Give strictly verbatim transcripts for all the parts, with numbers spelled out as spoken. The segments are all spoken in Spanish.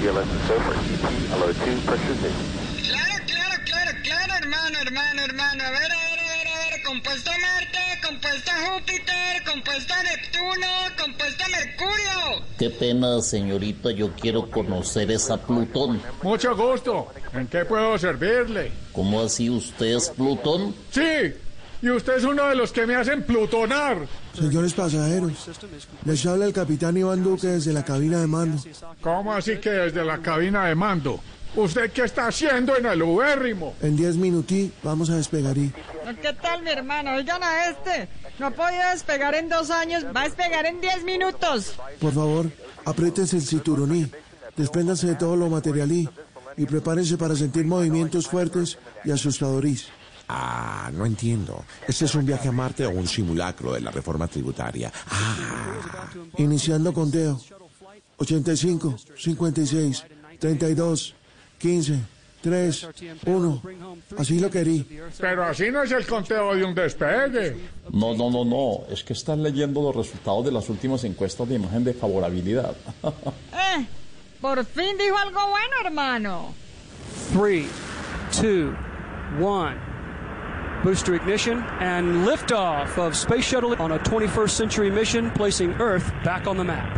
G L S is over. Hello two, pressure zero. Claro, claro, claro, claro, hermano, hermano, hermano. A ver, a ver, a ver, a ver. Compuesto Marte, compuesto Júpiter, compuesto Neptuno, compuesto Mercurio. Qué pena, señorita, yo quiero conocer esa Plutón. Mucho gusto. ¿En qué puedo servirle? ¿Cómo así usted es Plutón? Sí, y usted es uno de los que me hacen plutonar. Señores pasajeros, les habla el capitán Iván Duque desde la cabina de mando. ¿Cómo así que desde la cabina de mando? ¿Usted qué está haciendo en el ubérrimo? En diez minutí vamos a despegar y... ¿Qué tal, mi hermano? Oigan a este. No ha podido despegar en dos años, va a despegar en diez minutos. Por favor, apriétense el cinturoní, despréndanse de todo lo materialí y prepárense para sentir movimientos fuertes y asustadorís. Ah, no entiendo. ¿Este es un viaje a Marte o un simulacro de la reforma tributaria? Ah. Iniciando conteo. ochenta y cinco, cincuenta y seis, treinta y dos, quince, tres, uno. Así lo querí. Pero así no es el conteo de un despegue. No, no, no, no. Es que están leyendo los resultados de las últimas encuestas de imagen de favorabilidad. Eh, por fin dijo algo bueno, hermano. Three, two, one. Booster ignition and liftoff of Space Shuttle on a twenty-first century mission, placing Earth back on the map.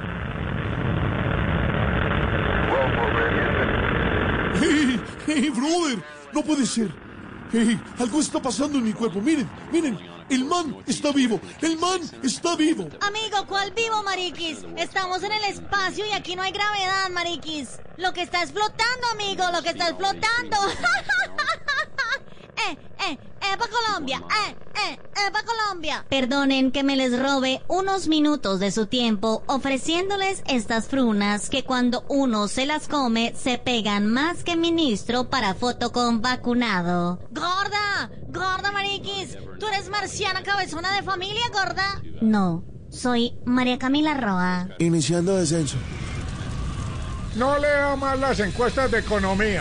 ¡Hey, hey, brother! ¡No puede ser! ¡Hey, algo está pasando en mi cuerpo! ¡Miren, miren! ¡El man está vivo! ¡El man está vivo! Amigo, ¿cuál vivo, mariquis? Estamos en el espacio y aquí no hay gravedad, mariquis. Lo que está explotando, amigo, lo que está explotando. ¡Eh, eh, eh, pa' Colombia! ¡Eh, eh, eh, pa' Colombia! Perdonen que me les robe unos minutos de su tiempo ofreciéndoles estas frunas que cuando uno se las come se pegan más que ministro para foto con vacunado. ¡Gorda! ¡Gorda, mariquis! ¿Tú eres marciana cabezona de familia, gorda? No, soy María Camila Roa. Iniciando descenso. No lea más las encuestas de economía.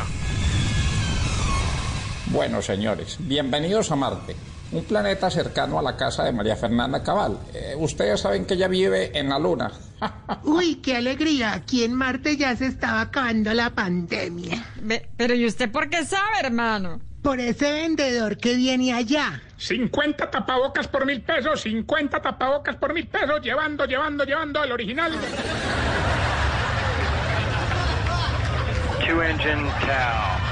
Bueno, señores, bienvenidos a Marte, un planeta cercano a la casa de María Fernanda Cabal. Eh, ustedes saben que ella vive en la Luna. Uy, qué alegría. Aquí en Marte ya se estaba acabando la pandemia. Ve, pero ¿y usted por qué sabe, hermano? Por ese vendedor que viene allá. cincuenta tapabocas por mil pesos, cincuenta tapabocas por mil pesos, llevando, llevando, llevando el original. Two engine cow.